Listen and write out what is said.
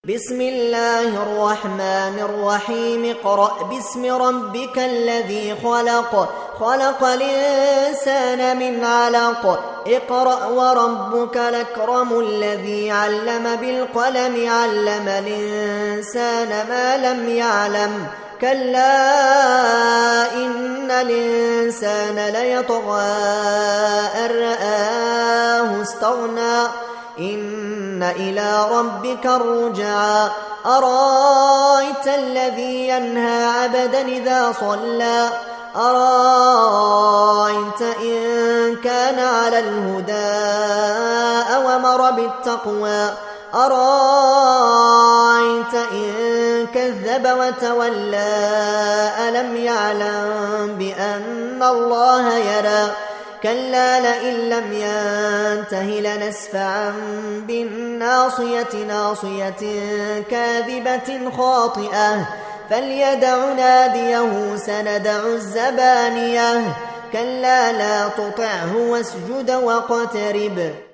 بسم الله الرحمن الرحيم اقرأ باسم ربك الذي خلق الإنسان من علق اقرأ وربك الأكرم الذي علم بالقلم علم الإنسان ما لم يعلم كلا إن الإنسان ليطغى أن رآه استغنى إن إلى ربك الرجعى أرأيت الذي ينهى عبدا إذا صلى أرأيت إن كان على الهدى أو أمر بالتقوى أرأيت إن كذب وتولى ألم يعلم بأن الله يرى كلا لئن لم ينته لنسفعا بالناصية ناصية كاذبة خاطئة فليدع ناديه سندع الزبانية كلا لا تطعه واسجد واقترب